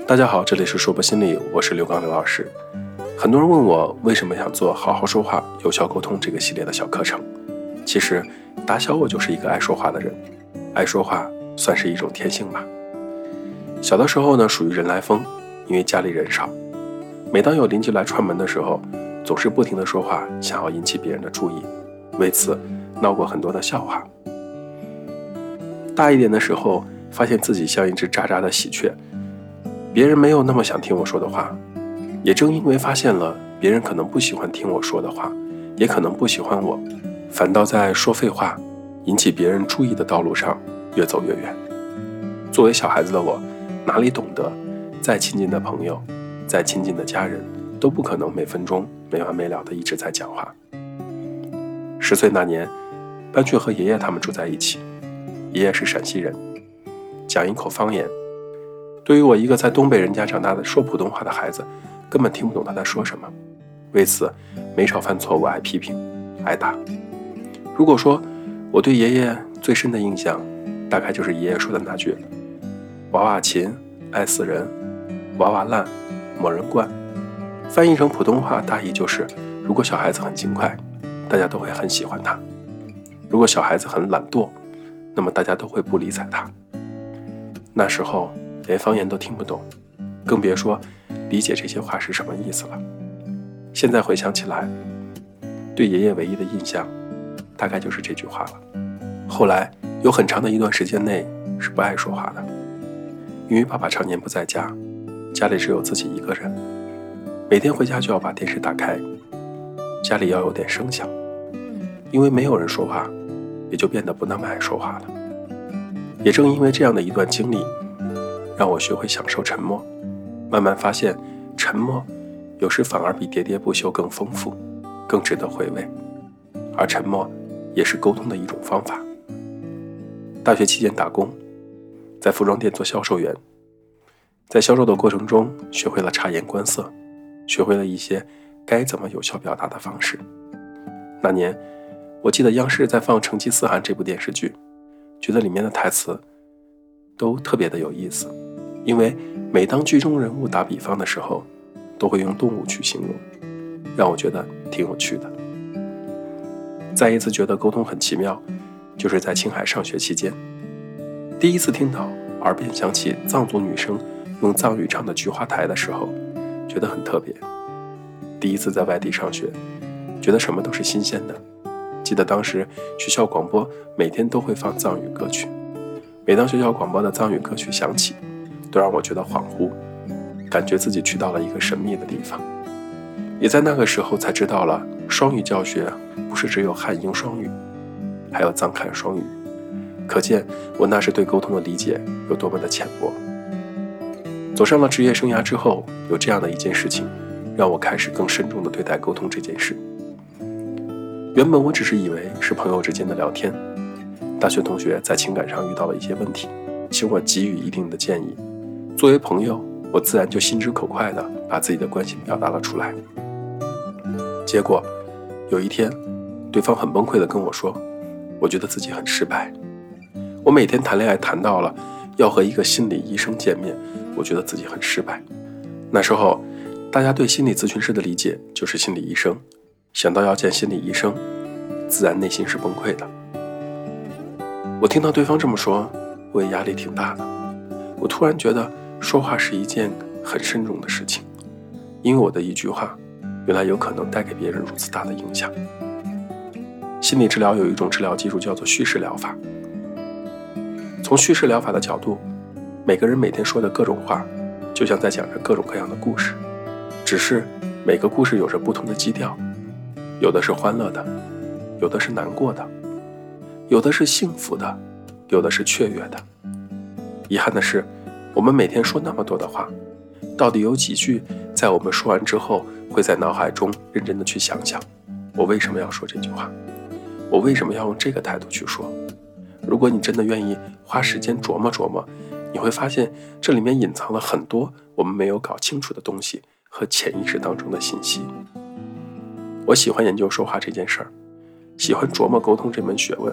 大家好，这里是说博心理，我是刘刚刘老师。很多人问我为什么想做好好说话有效沟通这个系列的小课程。其实打小我就是一个爱说话的人，爱说话算是一种天性吧。小的时候呢，属于人来疯，因为家里人少，每当有邻居来串门的时候，总是不停地说话，想要引起别人的注意，为此闹过很多的笑话。大一点的时候，发现自己像一只喳喳的喜鹊，别人没有那么想听我说的话，也正因为发现了别人可能不喜欢听我说的话，也可能不喜欢我，反倒在说废话引起别人注意的道路上越走越远。作为小孩子的我，哪里懂得再亲近的朋友，再亲近的家人，都不可能每分钟没完没了的一直在讲话。10岁那年，搬去和爷爷他们住在一起，爷爷是陕西人，讲一口方言，对于我一个在东北人家长大的说普通话的孩子，根本听不懂他在说什么。为此没少犯错误，挨批评，挨打。如果说我对爷爷最深的印象，大概就是爷爷说的那句娃娃勤爱死人，娃娃烂某人惯。翻译成普通话大意就是，如果小孩子很勤快，大家都会很喜欢他；如果小孩子很懒惰，那么大家都会不理睬他。那时候连方言都听不懂，更别说理解这些话是什么意思了。现在回想起来，对爷爷唯一的印象大概就是这句话了。后来有很长的一段时间内是不爱说话的，因为爸爸常年不在家，家里只有自己一个人，每天回家就要把电视打开，家里要有点声响，因为没有人说话，也就变得不那么爱说话了。也正因为这样的一段经历，让我学会享受沉默，慢慢发现沉默有时反而比喋喋不休更丰富，更值得回味。而沉默也是沟通的一种方法。大学期间打工，在服装店做销售员，在销售的过程中学会了察言观色，学会了一些该怎么有效表达的方式。那年我记得央视在放《成吉思汗》这部电视剧，觉得里面的台词都特别的有意思，因为每当剧中人物打比方的时候，都会用动物去形容，让我觉得挺有趣的。再一次觉得沟通很奇妙，就是在青海上学期间，第一次听到耳边响起藏族女生用藏语唱的《菊花台》的时候，觉得很特别。第一次在外地上学，觉得什么都是新鲜的。记得当时学校广播每天都会放藏语歌曲，每当学校广播的藏语歌曲响起，都让我觉得恍惚，感觉自己去到了一个神秘的地方。也在那个时候才知道了，双语教学不是只有汉英双语，还有藏汉双语，可见我那时对沟通的理解有多么的浅薄。走上了职业生涯之后，有这样的一件事情，让我开始更慎重地对待沟通这件事。原本我只是以为是朋友之间的聊天，大学同学在情感上遇到了一些问题，请我给予一定的建议。作为朋友，我自然就心直口快地把自己的关心表达了出来。结果有一天，对方很崩溃地跟我说，我觉得自己很失败。我每天谈恋爱谈到了要和一个心理医生见面，我觉得自己很失败。那时候大家对心理咨询师的理解就是心理医生，想到要见心理医生，自然内心是崩溃的。我听到对方这么说，我也压力挺大的。我突然觉得说话是一件很慎重的事情，因为我的一句话原来有可能带给别人如此大的影响。心理治疗有一种治疗技术叫做叙事疗法。从叙事疗法的角度，每个人每天说的各种话就像在讲着各种各样的故事，只是每个故事有着不同的基调，有的是欢乐的，有的是难过的，有的是幸福的，有的是雀跃的。遗憾的是，我们每天说那么多的话，到底有几句在我们说完之后会在脑海中认真的去想想，我为什么要说这句话，我为什么要用这个态度去说。如果你真的愿意花时间琢磨琢磨，你会发现这里面隐藏了很多我们没有搞清楚的东西和潜意识当中的信息。我喜欢研究说话这件事儿，喜欢琢磨沟通这门学问，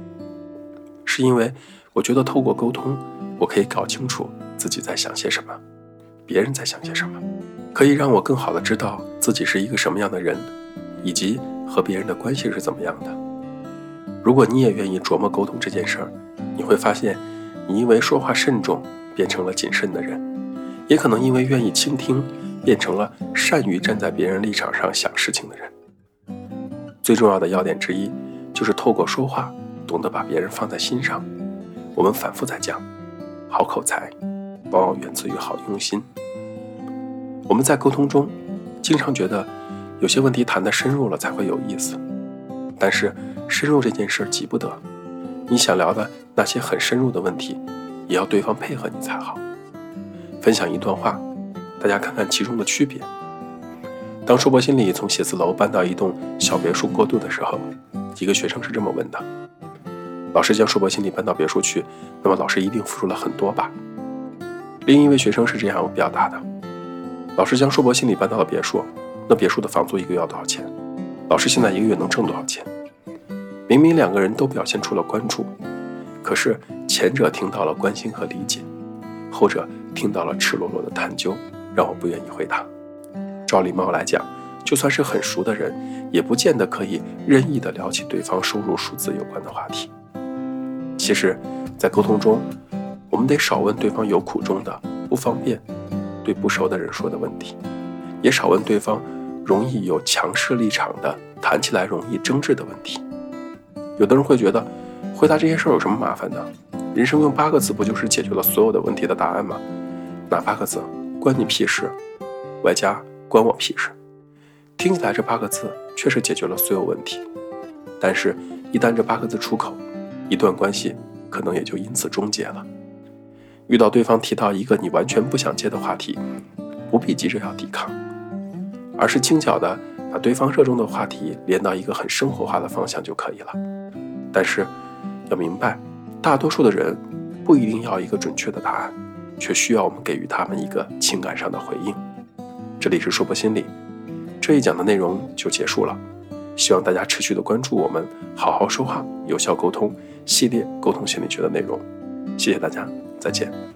是因为我觉得透过沟通，我可以搞清楚自己在想些什么， 别人在想些什么，可以让我更好地知道自己是一个什么样的人，以及和别人的关系是怎么样的。如果你也愿意琢磨沟通这件事儿，你会发现你因为说话慎重变成了谨慎的人，也可能因为愿意倾听变成了善于站在别人立场上想事情的人。最重要的要点之一就是透过说话懂得把别人放在心上。我们反复在讲，好口才往往源自于好用心。我们在沟通中经常觉得有些问题谈得深入了才会有意思，但是深入这件事急不得，你想聊的那些很深入的问题也要对方配合你才好。分享一段话，大家看看其中的区别。当硕博心理从写字楼搬到一栋小别墅过渡的时候，一个学生是这么问的：老师将硕博心理搬到别墅去，那么老师一定付出了很多吧？另一位学生是这样表达的：老师将硕博心理搬到了别墅，那别墅的房租一个月要多少钱？老师现在一个月能挣多少钱？明明两个人都表现出了关注，可是前者听到了关心和理解，后者听到了赤裸裸的探究，让我不愿意回答。照礼貌来讲，就算是很熟的人，也不见得可以任意地聊起对方收入数字有关的话题。其实，在沟通中，我们得少问对方有苦衷的、不方便对不熟的人说的问题，也少问对方容易有强势立场的、谈起来容易争执的问题。有的人会觉得，回答这些事儿有什么麻烦的？人生用8个字不就是解决了所有的问题的答案吗？哪8个字？关你屁事，外加关我屁事。听起来这8个字确实解决了所有问题，但是一旦这8个字出口，一段关系可能也就因此终结了。遇到对方提到一个你完全不想接的话题，不必急着要抵抗，而是轻巧地把对方热衷的话题连到一个很生活化的方向就可以了。但是要明白，大多数的人不一定要一个准确的答案，却需要我们给予他们一个情感上的回应。这里是硕博心理，这一讲的内容就结束了，希望大家持续的关注我们好好说话有效沟通系列沟通心理学的内容。谢谢大家，再见。